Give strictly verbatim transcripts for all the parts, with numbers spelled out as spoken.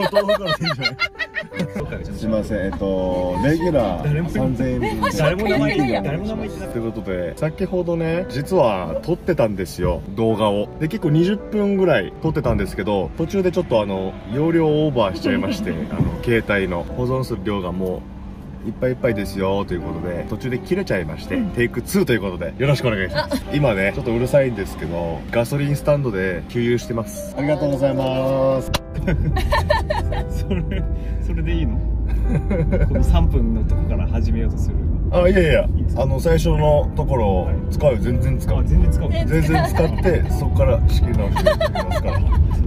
豆腐からでいいんじゃない？すみません、えっとレギュラーさんぜんえん分。 誰も名前言ってない。誰も名前言ってない。 ということで、先ほどね、実は撮ってたんですよ、動画を。で、結構にじゅっぷんぐらい撮ってたんですけど、途中でちょっとあの容量オーバーしちゃいまして、あの携帯の保存する量がもういっぱいいっぱいですよということで、途中で切れちゃいまして、うん、テイクツーということでよろしくお願いします。今ねちょっとうるさいんですけど、ガソリンスタンドで給油してます。ありがとうございます。 それそれでいいの？このさんぷんのとこから始めようとする。 あ、いやいや、あの最初のところを使うよ。全然使う。 全然使う。 全然使ってそこから仕切り直していきますから。ボンボンボ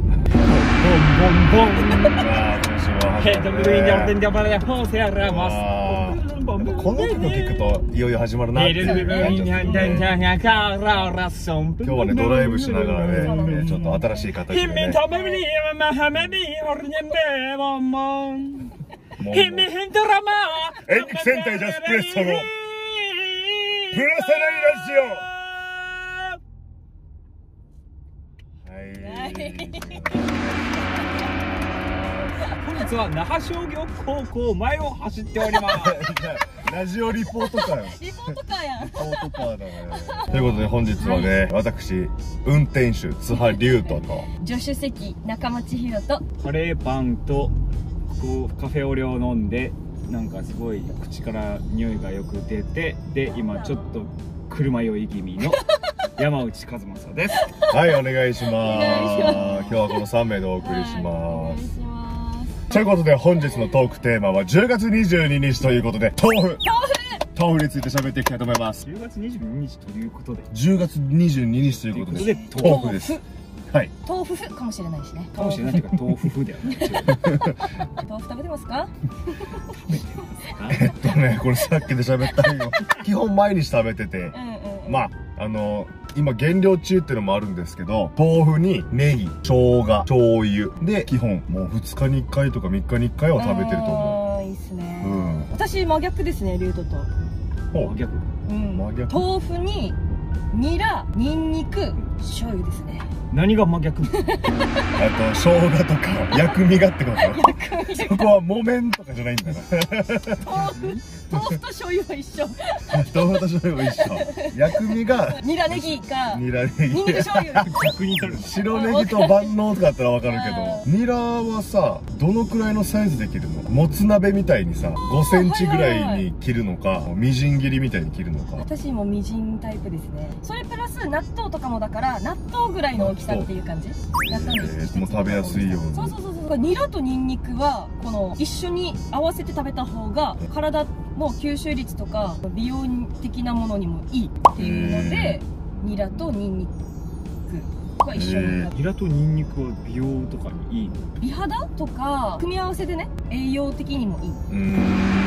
ン。ああ、どうしよう。 ヘドブルインジャーデンジャーバラヤフォーセアラマス。 この曲聞くといよいよ始まるなって。今日はねドライブしながらね、ちょっと新しい形でね。エンディング戦隊ジャスプレッソのプラサナイラジオ。はい。 本日は那覇商業高校前を走っております。 ラジオリポートカーよ。 リポートカーやん。 リポートカーだね。ということで本日はね、私運転手津波龍斗と助手席中間千尋とカレーパンとこうカフェオレを飲んで、なんかすごい口から匂いがよく出て、で今ちょっと車酔い気味の山内和正です。 はい、お願いします。今日はこのさんめいでお送りします。ということで本日のトークテーマはじゅうがつにじゅうににちということで、豆腐豆腐について喋っていきたいと思います。 じゅうがつにじゅうににちということでじゅうがつにじゅうににちということで豆腐です。はい。 豆腐かもしれないしね。 かもしれないけど豆腐風ではない。 豆腐食べてますか？ えっとね、これさっきで喋ったよ。基本毎日食べてて、まああの今減量中っていうのもあるんですけど、豆腐にネギ、生姜、醤油で基本もうふつかにいっかいとかみっかにいっかいは食べてると思う。 ああ、いいっすね。 うん。 私真逆ですね、リュウトと。 真逆。 うん。真逆。豆腐にニラ、ニンニク、醤油ですね。 何が真逆？あと生姜とか薬味がってこと？そこは木綿とかじゃないんだな。 豆腐、豆腐と醤油は一緒。 豆腐と醤油は一緒。薬味がニラネギか。 ニラネギ。 ニンニク醤油。 逆に取る。 白ネギと万能とかだったらわかるけど、ニラはさどのくらいのサイズで切るの？もつ鍋みたいにさごセンチぐらいに切るのか、みじん切りみたいに切るのか。 私もみじんタイプですね。それプラス納豆とかもだから納豆ぐらいの大きさっていう感じ。納豆にもう食べやすいように。 そうそうそうそう。ニラとニンニクはこの一緒に合わせて食べた方が体の吸収率とか美容的なものにもいいっていうので、ニラとニンニクは一緒に。 ニラとニンニクは美容とかにいいの？ 美肌とか組み合わせでね、栄養的にもいい。体の吸収率とか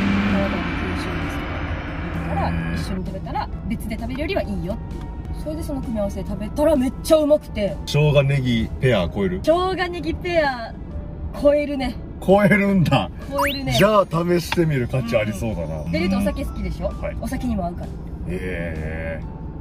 いいから一緒に食べたら別で食べるよりはいいよっていう。それでその組み合わせで食べたらめっちゃうまくて。 生姜ネギペア超える？ 生姜ネギペア超えるね。 超えるんだ。 超えるね。 じゃあ試してみる価値ありそうだな。 で、言うとお酒好きでしょ？ はい。 お酒にも合うから。 え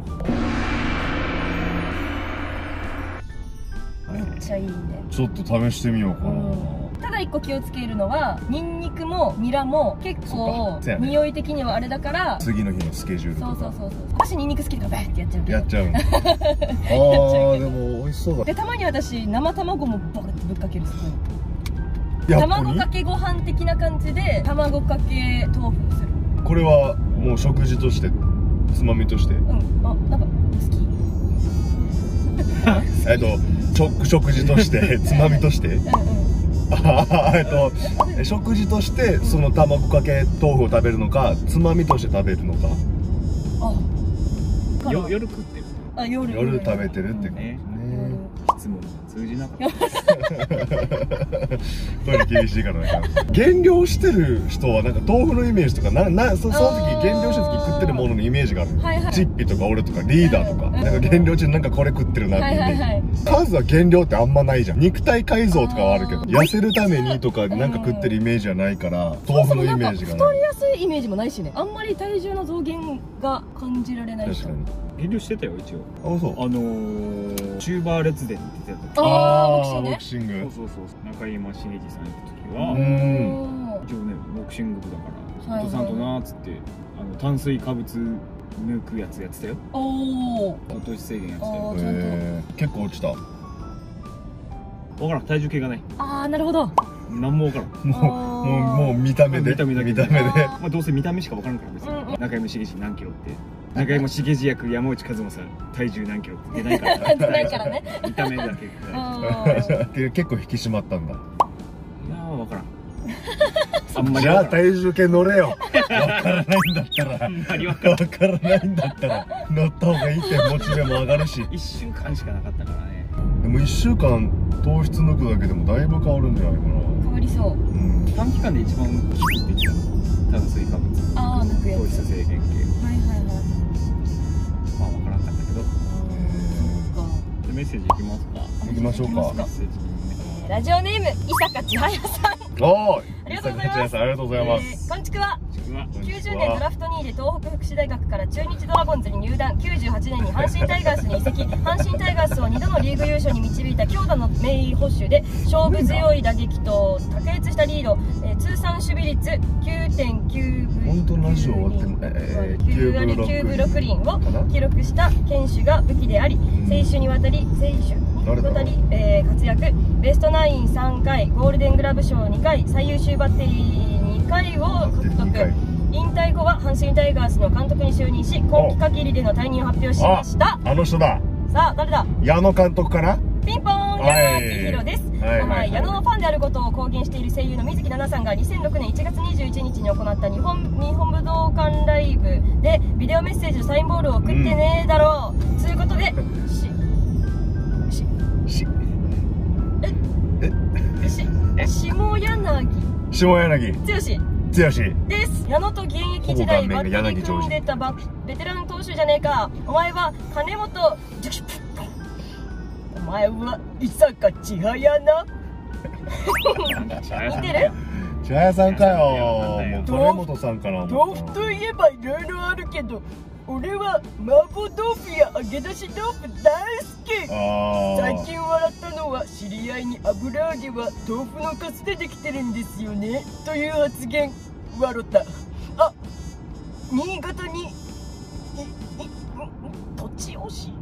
えめっちゃいいね。 ちょっと試してみようかな。 ただ一個気をつけるのは、ニンニクもニラも結構匂い的にはあれだから、 次の日のスケジュールとか。 そうそうそうそう。私ニンニク好きだからベーってやっちゃうけど。 やっちゃうんだ。ああ、でも美味しそうだ。 で、たまに私生卵もボルってぶっかける。すごい卵かけご飯的な感じで卵かけ豆腐する。 これはもう食事として、つまみとして。うん、 あ、なんか好き。 えっと食事としてつまみとして。あえっと食事としてその卵かけ豆腐を食べるのか、つまみとして食べるのか。 あ、 夜食ってる。 あ、夜夜食べてるってね。 質問が通じなかった。 トイレ厳しいからね。減量してる人はなんか豆腐のイメージとか、ななその時減量した時食ってるもののイメージがある。チッピとか俺とかリーダーとか、なんか減量中になんかこれ食ってるなってイメージ。カズは減量ってあんまないじゃん。肉体改造とかはあるけど、痩せるためにとかなんか食ってるイメージはないから、豆腐のイメージがない。 太りやすいイメージもないしね。あんまり体重の増減が感じられないし。 減量してたよ一応。 あ、そう。 あのー、チューバー列伝って言ってた。 ああーボボクシングね。 クシング。 そうそうそう、中山茂司さん行く時うはん。 一応ねボクシング部だからはいはいお父さんとなーっつってあの炭水化物抜くやつやってたよ。 おお。 糖質制限やってたよ。 あーちゃんとえー結構落ちた。 分からん、体重計がない、 ああなるほど。 何も分からん。 もうもうもう見た目で見た目だけ見た目で。 あまあどうせ見た目しか分からんから別に、 うんうん中山茂司何キロって中山茂司役山内和正さん体重何キロって出ないから出ないからね。 見た目だけいあー結構引き締まったんだ。 やー分からんあんまりじゃあ分からん体重計乗れよ。わからないんだったら。 あんまり分からんわからないんだったら乗った方がいいってモチベも上がるし。 一週間しかなかったからね。 でもいっしゅうかん糖質抜くだけでもだいぶ変わるんじゃないかな。 変わりそう。 うん。 短期間で一番きついって言ってた炭水化物ああ抜くや糖つ。 質制限系はいはいはい。 まあ分からんかったけど、 あーそっか。 でメッセージいきますか。 行きましょうか。 メッセージえーラジオネーム伊坂千早さん。 おーい。 ありがとうございます伊坂八さんありがとうございます。 えーこんちくわ。 ちくわきゅうじゅうねんドラフトにいで東北福祉大学から中日ドラゴンズに入団、きゅうじゅうはちねんに阪神タイガースに移籍、阪神タイガースをにどのリーグ優勝に導いた強打の名保守で勝負強い打撃と卓越したリード、えー通算守備率 きゅうてんきゅう本当ラジオ終わってもえーきゅうわりきゅうぶろく厘を記録した堅守が武器であり、選手にわたり選手にわたり、えー活躍、ベストナインさんかい、ゴールデングラブ賞にかい、最優秀バッテリーにかいを獲得。引退後は阪神タイガースの監督に就任し、今季限りでの退任を発表しました。 あの人だ。 さあ誰だ。 矢野監督かな。 ピンポーン、 はい矢野明宏です。 はいお前矢野のファンであることを公言している声優の水木奈々さんがにせんろくねんいちがつにじゅういちにちに行った日本日本武道館ライブでビデオメッセージのサインボールを送ってねえだろう、ということでしししえし下柳下柳剛剛。 です。矢野と現役時代バッテリー組んでたバベテラン投手じゃねえか。お前は金本お前は伊坂千早な。似てる？ 千早さんかよ。 いやもう金本さんかな。 豆腐といえばいろいろあるけど、俺は麻婆豆腐や揚げ出し豆腐大好き。 あ最近笑ったのは知り合いに油揚げは豆腐のカスでできてるんですよねという発言。笑った。あ、新潟にいい土地押し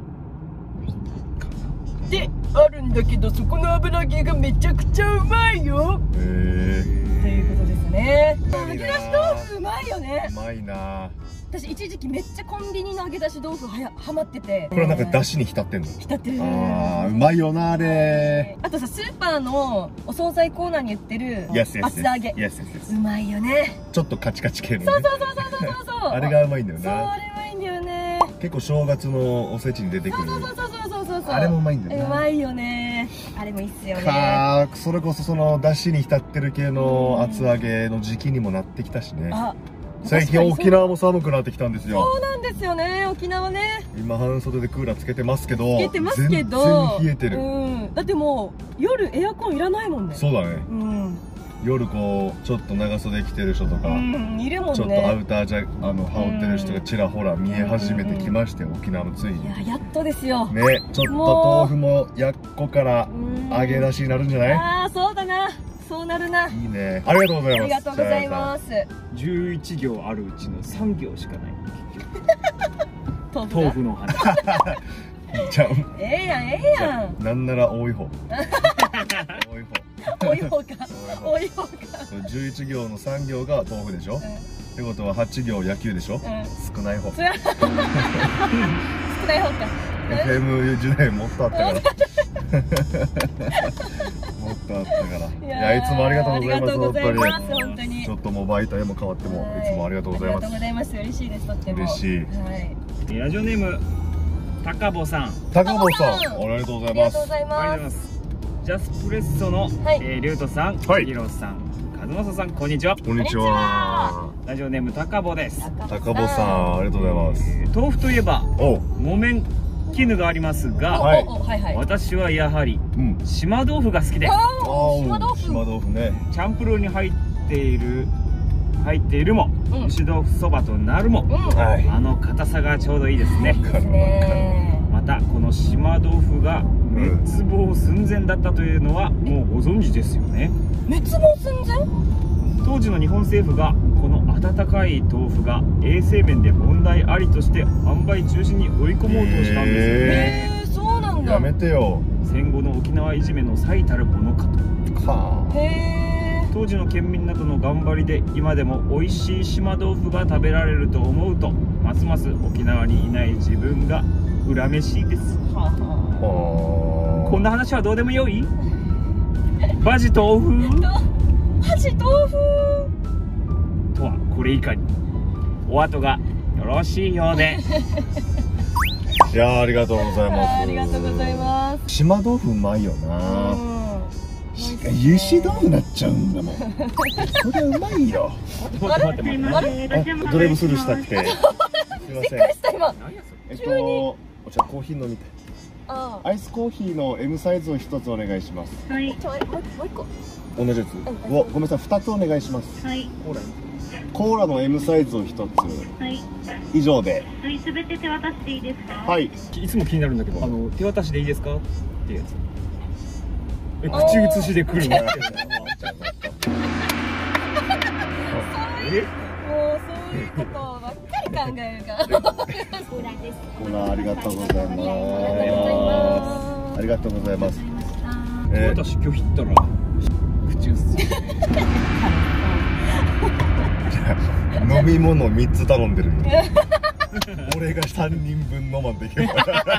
であるんだけど、そこの油揚げがめちゃくちゃうまいよへえ。 ということですね。 うまいな揚げ出し豆腐うまいよね。 うまいな。 私一時期めっちゃコンビニの揚げ出し豆腐はやハマってて、 これなんか出汁に浸ってんの。 浸ってる。 あーうまいよなあれ。 あとさ、スーパーのお惣菜コーナーに売ってる厚揚げ、 Yes, yes, yes. うまいよね。 ちょっとカチカチ系のね。 そうそうそうそうそうそうあれがうまいんだよそう、あな。 れうまいんだよね。 結構正月のおせちに出てくる。 そうそうそうそうそうそうそう。 あれもうまいんだよな。 うまいよね。あれもいいっすよね。 かーそれこそその出汁に浸ってる系の厚揚げの時期にもなってきたしね。 あ、 最近沖縄も寒くなってきたんですよ。 そうなんですよね、沖縄ね。 今半袖でクーラーつけてますけど、 つけてますけど全然冷えてる。 うん、だってもう夜エアコンいらないもんね。 そうだね。 うん、 夜こうちょっと長袖着てる人とか、 うん、いるもんね。 ちょっとアウターじゃあの羽織ってる人がちらほら見え始めてきまして、沖縄のついにいや、やっとですよ。 ね、ちょっと豆腐もやっこからうん揚げ出しになるんじゃない？ ああ、そうだな、そうなるな。 いいね。ありがとうございます。 ありがとうございます。 じゅういち行あるうちのさん行しかない豆腐が豆腐の話。 じゃあええやん、ええやん。 なんなら多い方。多い方。 多い方か、多い方か。 そうじゅういち行のさん行が豆腐でしょ。ってことははち行野球でしょ。 うん、うん、 少ない方。 少ない方か。 エフエム 時代もっとあったから。もっとあったから。いや、いつもありがとうございます。 ありがとうございます本当に。 本当にちょっともう媒体も変わっても、 はいいつもありがとうございます。 ありがとうございます。嬉しいです。とっても嬉しい。 はい。 ラジオネーム高坊さん、 高坊さん、 高坊さんありがとうございますありがとうご。ざいありがとうございま。 ますす。ジャスプレッソの、 はいえー、リュウトさん、 はいヒロさん、和正さん、こんにちは。 こんにちは。 ラジオネーム高坊です。 高坊さん、ありがとうございます。 えー豆腐といえばおう、 木綿絹がありますが、 お、 はいお、お、はいはい。 私はやはりうん。 島豆腐が好きです。 おー、島豆腐。 島豆腐ね。 チャンプルーに入っている入っているも、 うん蒸し豆腐そばとなるも、 うん。 はい。 あの硬さがちょうどいいですね。 ですね。 またこの島豆腐が滅亡寸前だったというのはもうご存知ですよね。 滅亡寸前？ 当時の日本政府がこの温かい豆腐が衛生面で問題ありとして販売中止に追い込もうとしたんですよね。 へえ、そうなんだ。 やめてよ。 戦後の沖縄いじめの最たるものかと。 はへえ。 当時の県民などの頑張りで今でも美味しい島豆腐が食べられると思うとますます沖縄にいない自分が恨めしいです。 はあはあ。 こんな話はどうでもよい？バジ豆腐バジ豆腐とはこれ以下にお後がよろしいようで。 いやー、ありがとうございます。 ありがとうございます。 島豆腐うまいよな。 うん。 油脂豆腐なっちゃうんだもん。それうまいよ。 待って待って待って。 あれ？ あ、ドライブスルーしたくて。すいまびっせん。 くりした今。 えっと、お茶コーヒー飲みて。 あアイスコーヒーの エム サイズを一つお願いします。 あ。ちょ、もうもう一個。 同じやつ。 んお、ごめんなさい、二つお願いします。 はい、 コーラの エム サイズを一つ。 はい、 以上で。 はい、すべて手渡していいですか。 はい。 いつも気になるんだけど、あの手渡しでいいですかっていうやつ。え、口移しで来るの？え？ もうそういうことばっかり考えるから。 コーラです。 コーラありがとうございます。 あありがとうございます。 手えー渡し拒否ったら口移す。 飲み物みっつ頼んでるよ。俺がさんにんぶん飲まんといけない。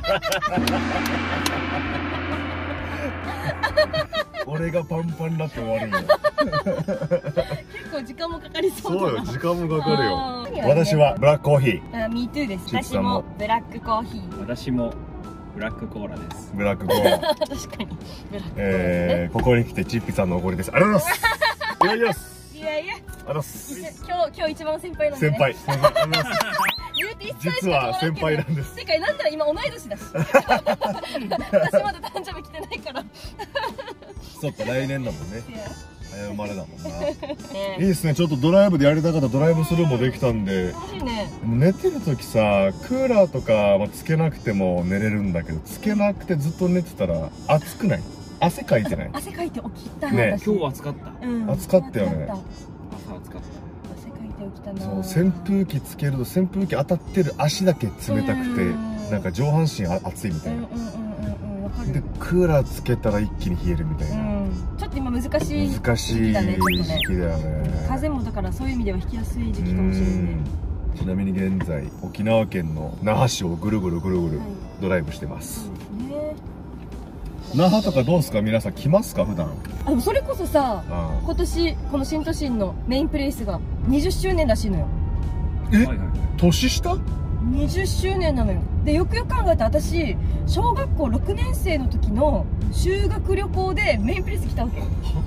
俺がパンパンになって終わるよ。 結構時間もかかりそうだな。 そうよ、時間もかかるよ。 あー私はブラックコーヒー。 あ、ミートゥーです。私ちっさんももブラックコーヒー。 私もブラックコーラです。 ブラックコーラ。 確かに。ブラックコーラね。 えー、ここに来てチッピさんのおごりです。ありがとうございます。いただきます。 いやいや、 ありがとうございます。 今日今日一番先輩なんで、ね。 先輩。すいませんありがとうございます。 言うて一歳しか実は先輩なんです。 世界なんなら今同い年だし。私まだ誕生日来てないから。 そっか、来年だもんね。早生まれだもんな。いいね。 ですね。ちょっとドライブでやりたかったドライブスルーもできたんで。 楽しいね。 でも寝てる時さ、クーラーとか、まあ、つけなくても寝れるんだけど、つけなくてずっと寝てたら暑くない？汗かいてない？ 汗かいて起きた。 ね私今日は暑かった。 うん、 暑かったよね暑かっ朝暑かった。 た汗かいて起きたな。 そう、扇風機つけると扇風機当たってる足だけ冷たくて、 うんなんか上半身あ熱いみたいな。 うんうんうんうんうん、わかる。 で、クーラーつけたら一気に冷えるみたいうな。 ん、ちょっと今難しい。 難しいだねちょっとね時期だよね。 風もだからそういう意味では引きやすい時期かもしれないね。 ちなみに現在沖縄県の那覇市をぐるぐるぐるぐるはいドライブしてます。 ね。 那覇とかどうすか？皆さん来ますか普段？ あ、でもそれこそさ、 あ今年この新都心のメインプレイスがにじゅっしゅうねんらしいのよ。 えはいはい。 年下？ にじゅっしゅうねんなのよ。でよくよく考えたら私小学校ろくねん生の時の修学旅行でメインプレイス来たわけ。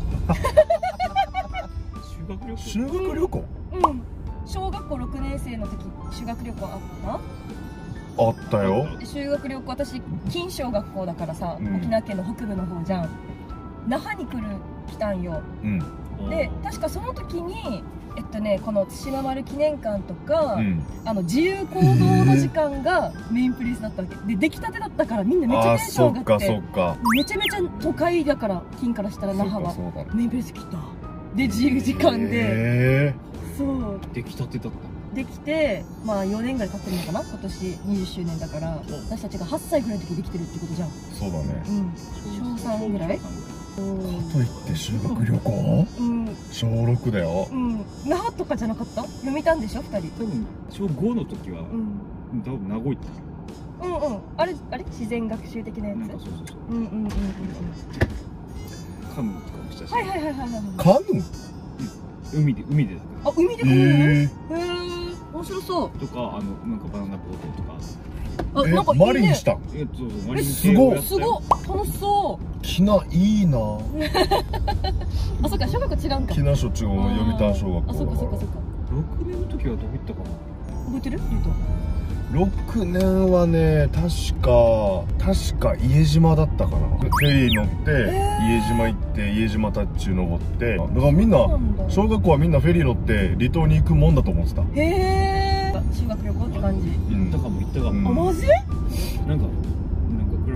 修学旅行。 修学旅行？ うん。小学校ろくねん生の時修学旅行あったあったよ。 で修学旅行、私金小学校だからさ、 うん沖縄県の北部の方じゃん。那覇に来る来たんよ。 うん。 で確かその時にえっとねこの対馬丸記念館とか、 うん。 あの自由行動の時間がメインプレイスだったわけで、出来たてだったからみんなめっちゃあー、 テンショそっかン上がって、 そっか。 めちゃめちゃ都会だから金からしたら那覇はそうかそうだ。 メインプレイス来た。で自由時間で、 へそう出来たてだった。 できて、まあよねんぐらい経ってるのかな、今年にじゅっしゅうねんだから、私たちがはっさいぐらいの時にできてるってことじゃん。 ーそうだね。 うん小さんぐらい。 といって修学旅行？ うん小ろくだよ。 うん那覇とかじゃなかった？読みたんでしょふたり。 多分小ごの時はうん多分名古屋行ったよ。 うんうん、あれあれ自然学習的なやつ。 なんかそうそうそう。 うんうんうんうんうん。 カヌーとかもしたし。 はいはいはいはいはい。 カヌー？ 海で海でだかあ、海でカヌー？ えへえ、面白そう。 ら。とかあのなんかバナナボートとか。 あ、 えなんかいいね。 マリンしたん？ えっとそうそうマえ、 リンすごい系をやったよすごっ、楽しそう。 きないいな。 あ、そっか、小学校違うんか。 きなしょちごの読谷小学校だから。 あ、そっかそっかそっか。 ろくねんの時はどこ行ったかな。 覚えてる？言うと。 ろくねんはね、確か確か伊江島だったかな。フェリー乗って伊江島行って伊江島タッチュー登って、だからみんなそうなんだ小学校はみんなフェリー乗って離島に行くもんだと思ってた。 へえ。修学旅行って感じ。 うん行ったかも行ったかうんも。 あ、マジ？ なんか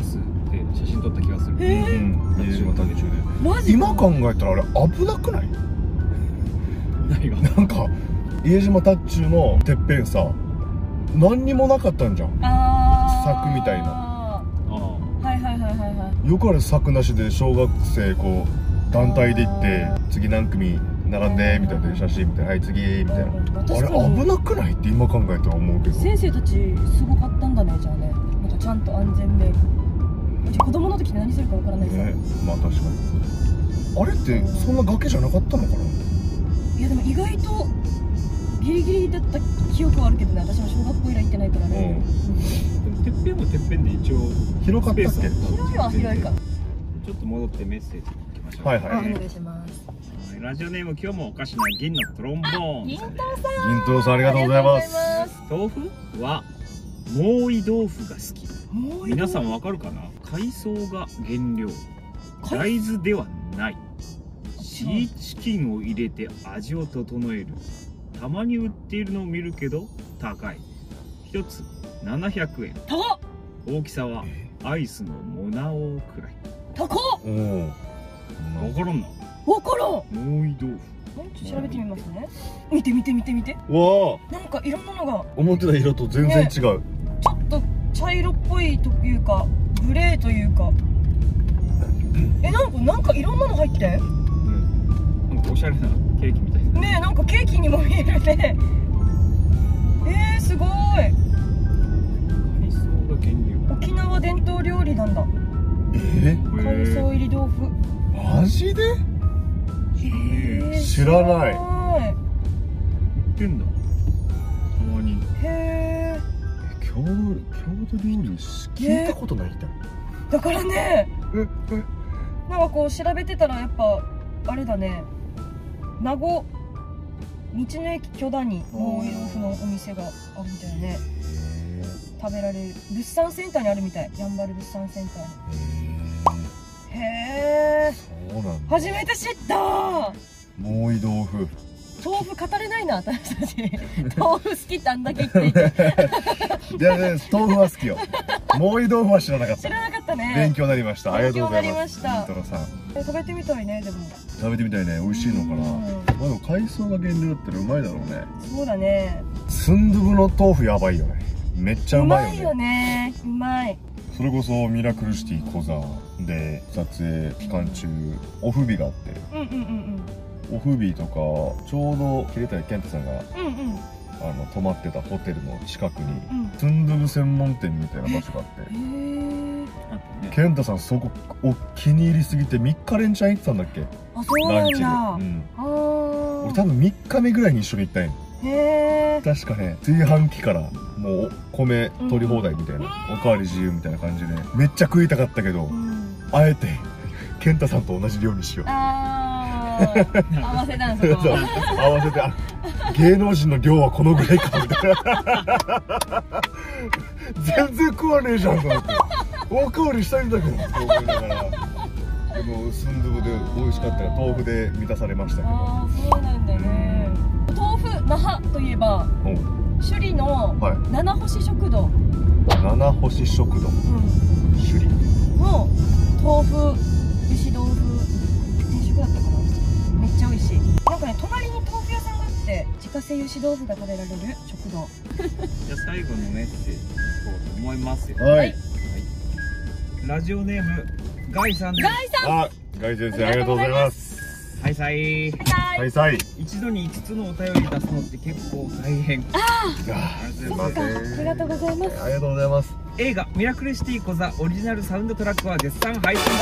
ルスで写真撮った気がする。 へーうん家島谷中でマジか今考えたらあれ危なくない？ 何が？ なんか家島タッチューのてっぺんさ何にもなかったんじゃん。 あー柵みたいな。 あはいはいはいはいはいよくある柵なしで小学生こう団体で行ってあ次何組並んでみたいな写真みたいなはい次みたいなうんあれ確かに危なくないって今考えたら思うけど先生たちすごかったんだねじゃあねなんかちゃんと安全面うち子供の時って何するかわからないさ、 ねまあ確かにあれってそんな崖じゃなかったのかな。 いやでも意外とギリギリだった記憶はあるけどね私も小学校以来行ってないからね、 あ。でもてっぺんもてっぺんで一応広かったっけ？ スペースあった広いは広いかちょっと戻ってメッセージいきましょう。 はいはいあお願いしますはいラジオネーム今日もおかしな銀のトロンボーン銀太さんです。 さん銀太郎さんありがとうございますありがとうござい豆腐はモーイ豆腐が好き。 ますもう一度皆さんわかるかな？海藻が原料、 海大豆ではない。シーチキンを入れて味を整える。たまに売っているのを見るけど高い。一つななひゃくえん。 高っ大きさはアイスのモナオくらい。 高っおおわからんな。 わからんモーイ豆腐。 ちょっと調べてみますね見て見て見て見てわあなんかいろんなのが思ってた色と全然違う、 ちょっと茶色っぽいというかグレーというかえなんかなんかいろんなの入ってうん。なんかおしゃれなケーキみたいな。 ねえなんかケーキにも見えるねえー、すごい海藻が原料。 沖縄伝統料理なんだえ海藻入り豆腐マジでえー知らないすごい売ってんだ。たまに。 へえ郷土郷土料理聞いたことないんだ、 だからねええなんかこう調べてたらやっぱあれだね名護道の駅許田にモーイ豆腐のお店があるみたいなね食べられる物産センターにあるみたいやんばる物産センターにへえそうなんだ。 初めて知ったモーイ豆腐豆腐語れないな私たち豆腐好きってあんだけ言っていていやね豆腐は好きよモーイ豆腐は知らなかった知らなかったね勉強になりましたありがとうございます勉強になりました銀太郎さんえ食べてみたいねでも食べてみたいね美味しいのかな、 うんまあでも海藻が原料だったらうまいだろうね。 そうだねスンドゥブの豆腐やばいよねめっちゃううまいよねまいよねうまいそれこそミラクルシティ小座で撮影期間中オフ日があってうんうんうんオフ日とかちょうど桐谷健太さんがうんうんうんあの泊まってたホテルの近くにうんスンドゥブ専門店みたいな場所があってへえあったね。 健太さんそこお気に入りすぎてみっか連チャン行ってたんだっけあそうランチで、 なんだうん、 あー俺多分みっかめぐらいに一緒に行ったんよへえ確かね炊飯器からもう米取り放題みたいな、おかわり自由みたいな感じでめっちゃ食いたかったけど、 うんあえて健太さんと同じ量にしようあー合わせたんそこそう合わせてあ芸能人の量はこのぐらいかみたいな全然食わねえじゃんと思っておかわりしたいんだけどって思いながらでもスンドゥブで美味しかったら豆腐で満たされましたけどああそうなんだね豆腐那覇といえばお首里のはい七星食堂、 七星食堂うん首里の豆腐油脂豆腐定食だったかなめっちゃ美味しいなんかね隣に豆腐屋さんがあって自家製油脂豆腐が食べられる食堂じゃあ最後のメッセージいこうと思いますよ。 はい、 はいラジオネームガイさんです。 ガイさんあガイ先生ありがとうございますはいさい。 ははいいさい一度にいつつのお便り出すのって結構大変。 すいませんありがとうございますありがとうございます映画ミラクルシティコザオリジナルサウンドトラックは絶賛配信です。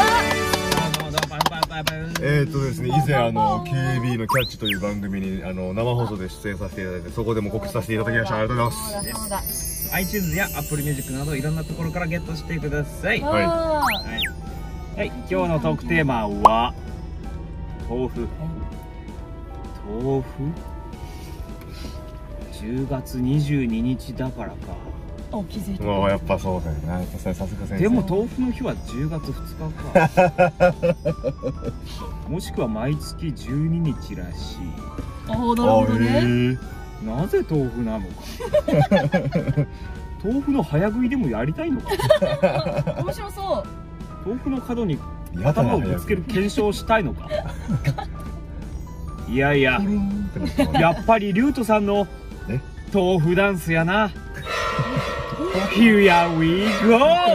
どうもどうもバンバンバンバン。 えーとですね以前あの ケービー のキャッチという番組にあの生放送で出演させていただいてそこでも告知させていただきましたありがとうございますそうだ iTunes や Apple Music などいろんなところからゲットしてください。 そうだはいあはい、はい、今日のトークテーマは豆腐。豆腐じゅうがつにじゅうににちだからか。 ーお気づいてもうやっぱそうだよなやっぱそれさすが先生でも豆腐の日はじゅうがつふつかかもしくは毎月じゅうににちらしああなるほどあへねーい。なぜ豆腐なのか豆腐の早食いでもやりたいのか。 面白そう。 豆腐の角にやだな頭をぶつける検証をしたいのか。いやいやプルンってなってますやっぱりリュウトさんのえ豆腐ダンスやな。Here we go。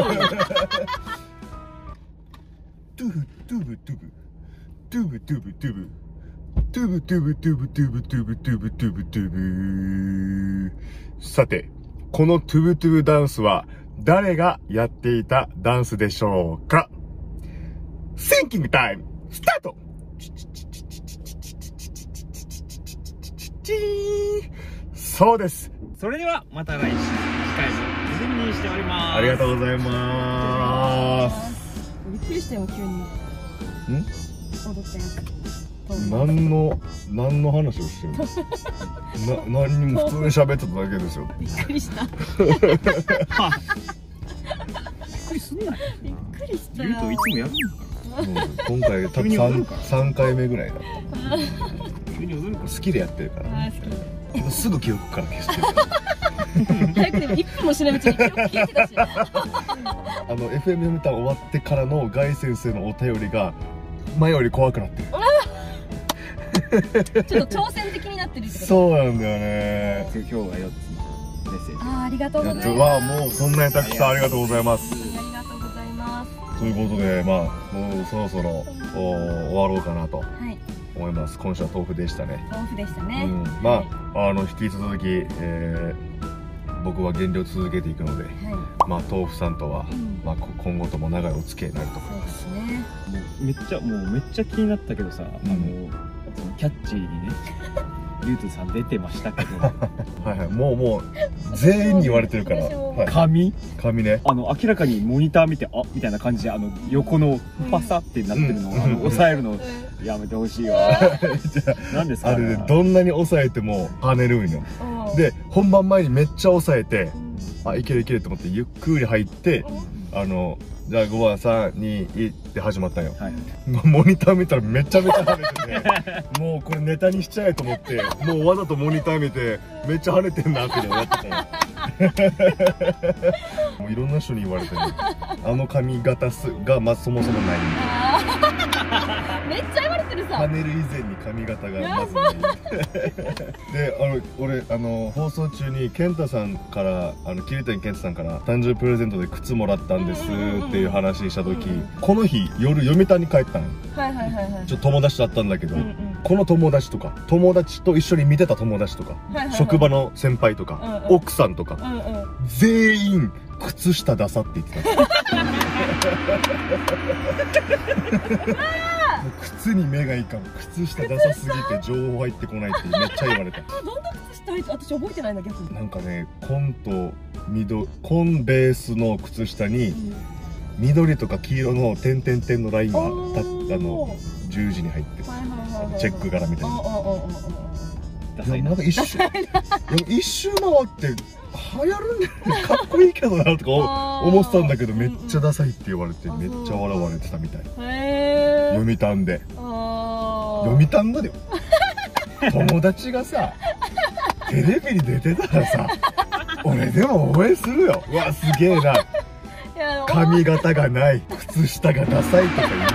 トゥブトゥブトゥブトゥブトゥブトゥブトゥブトゥブトゥブトゥブトゥブトゥブトゥブトゥブ。さて、このトゥブトゥブダンスは誰がやっていたダンスでしょうか。シンキングタイムスタート。そうです。 それではまた来週、次回も楽しみにしております。 ありがとうございます。 びっくりしたよ、急に。 ん？ 踊ったやつ。 何の何の話をしてるの？な何にも普通に喋ってただけですよ。 びっくりした。 びっくりすんなよ。 びっくりしたよ。 リュウトいつもやるんだから。 今回多分三回目ぐらいだった。 急に踊るから好きでやってるからね。すぐ記憶から消してる。 早くでもいっぷんもしないうちに記憶消えてたし。 あの エフエム メタ終わってからのガイ先生のお便りが前より怖くなってる。 ちょっと挑戦的になってるってこと。 そうなんだよね。 今日はよっつのメッセージ。 あー、ありがとうございます。 わあ、もうそんなにたくさんありがとうございます。 ありがとうございます。 ということで、まあもうそろそろお終わろうかなとはい、 思います。今週は豆腐でしたね。 豆腐でしたうね。 ん、まああの引き続き、えー、僕は減量続けていくので、 はい、 まあ豆腐さんとは、 うんまあ今後とも長いお付き合いになると思いそうま。 ですすね。 もうめっちゃもうめっちゃ気になったけどさ、 うんあのそのキャッチーにねリュウトさん出てましたけどはいはい、もうもう全員に言われてるから、 私もはい、 髪髪ね。 あの明らかにモニター見てあみたいな感じであの横のパサってなってるのを、 うんあの抑えるのやめてほしいわ。何ですかあれね、どんなに抑えても跳ねるんよ。 うん、 で本番前にめっちゃ抑えて、あいけるいけると思ってゆっくり入って、あのじゃあごばんさんにいって始まったんよ。 はい、 モニター見たらめちゃめちゃ跳ねててもうこれネタにしちゃえと思ってもうわざとモニター見てめっちゃ跳ねてんなってやってたよ。もういろんな人に言われてる。あの髪型すがまずそもそもない。 めっちゃ言われてるさ。 パネル以前に髪型がまずないで、あの俺あの放送中に健太さんからあの桐谷健太さんから誕生日プレゼントで靴もらったんですっていう話した時、この日夜読谷に帰ったの。 はいはいはいはい。 ちょっと友達だったんだけど、 うんうん、 この友達とか友達と一緒に見てた友達とか、 はいはいはい、 職場の先輩とか、 うんうん、 奥さんとか、 うんうん、 全員靴下ダサって言ってた。靴に目がいかん、靴下ダサすぎて情報入ってこないってめっちゃ言われた。 どんな靴下入って私覚えてないな逆に。 なんかね、紺と緑、紺ベースの靴下に、うん、緑とか黄色の点々点のラインがたあの十字に入ってる、チェック柄みたいな。なんか一周一周回って流行るんじゃない、かっこいいけどなとか思ってたんだけど、めっちゃダサいって言われてめっちゃ笑われてたみたい。読みたんで読みたんだよ。友達がさテレビに出てたらさ俺でも応援するよ。うわすげえな、髪型がない靴下がダサいとか言うなよ。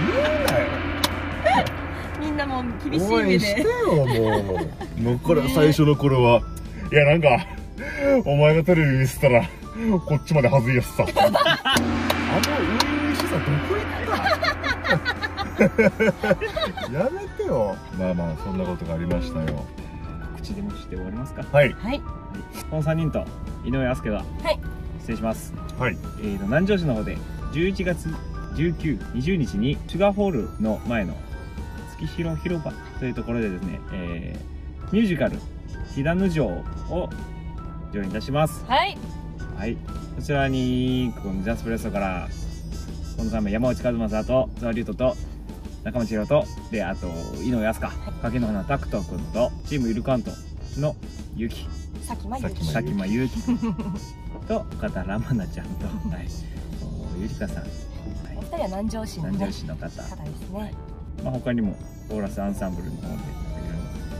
みんなもう厳しい目で応援してよ。もうのから最初の頃は、いやなんかお前がテレビ見せたらこっちまではずいやつさ。あの初々しさどこ行ったやめてよ。まあまあそんなことがありましたよ。 告知でもして終わりますか。 はい、 はい、 このさんにんと井上飛鳥が、 はい、 失礼します。 はい、 えーと南城市の方でじゅういちがつじゅうく、にじゅうにちにシュガーホールの前の月広広場というところでですね、えー、ミュージカル「飛騨ヌ城」を上演いたします。 はい、 はい、こちらにこのジャスプレッソからこのさん名、山内和正と津田龍斗と中町宏とで、あと井上飛鳥、柿の花拓人君とチームイルカントのゆき、 さきまゆき、 さきまゆきと片ラマナちゃんと、はい、ゆりかさん、 お二人は南城市の南城市の方方ですね。 まあ他にもコーラスアンサンブルの方でいろいろ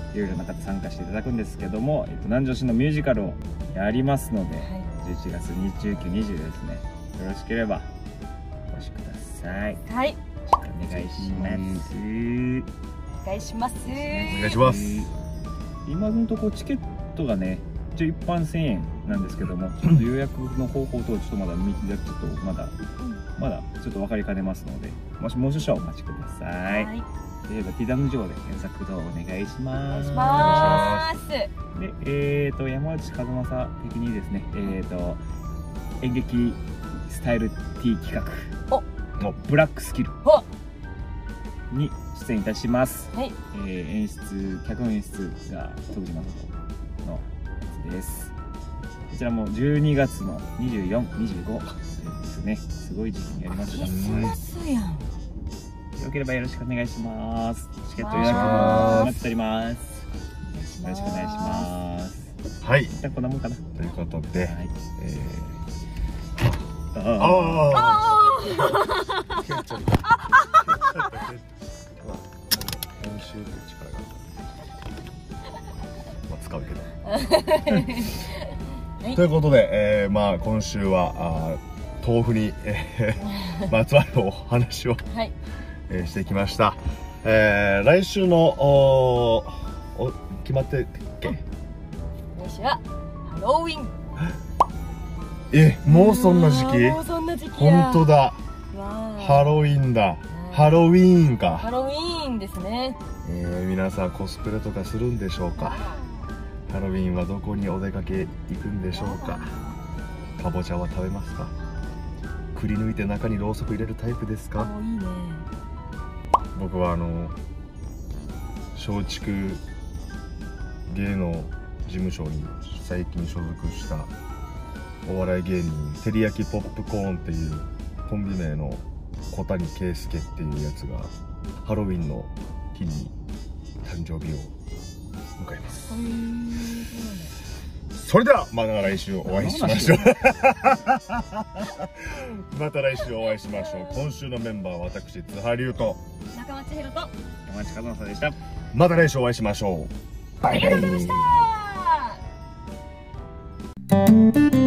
いろいろな方参加していただくんですけども、えっと、南城市のミュージカルをやりますので、 はい、 じゅういちがつにじゅうく、にじゅうですね、よろしければお越しください。 はい、 よろしくお願いします。 お願いします。 お願いします。 今のところチケットがね、一応一般せんえんなんですけども、ちょっと予約の方法とちょっとまだ見ちょっとまだまだちょっと分かりかねますので、もしもう少々お待ちください。はい、ということでティダム城で検索とお願いします。 お願いします。 で、えーと山内和正的にですね、えーと演劇スタイル T 企画おブラックスキルに出演いたします。 はい、 えー、演出脚本演出が徳島のやつです。こちらもじゅうにがつのにじゅうよっか、にじゅうごですね。すごい時期にやりますが、 クリスマスやん。 よければよろしくお願いします。チケット予お願いし約ます待っております。よろしくお願いします。 はい、 じゃあこんなもんかな。 ということで、 はい、 えあー、 ああああ蹴っちゃった。今週という力がまあ使うけど。 はい、 ということで、えー、まあ今週はあ豆腐に、えー、まつわるお話を、 はい、 えー、してきました。えー、来週のおお決まってるっけ？ 来週はハロウィン。 え、もうそんな時期？ もうそんな時期や。 本当だ。 わーハロウィンだ。ハロウィーンか。 ハロウィーンですね。 えー、皆さんコスプレとかするんでしょうか。ハロウィンはどこにお出かけ行くんでしょうか。かぼちゃは食べますか。くり抜いて中にろうそく入れるタイプですか。 お、いいね。 僕はあの松竹芸能事務所に最近所属したお笑い芸人てりやきポップコーンっていうコンビ名の小谷圭介っていうやつがハロウィンの日に誕生日を迎えます。それではまた来週お会いしましょう。また来週お会いしましょう。今週のメンバーは私津波龍と中町ひろと山内和正でした。 また来週お会いしましょう。バイバイ。 ありがとうございました。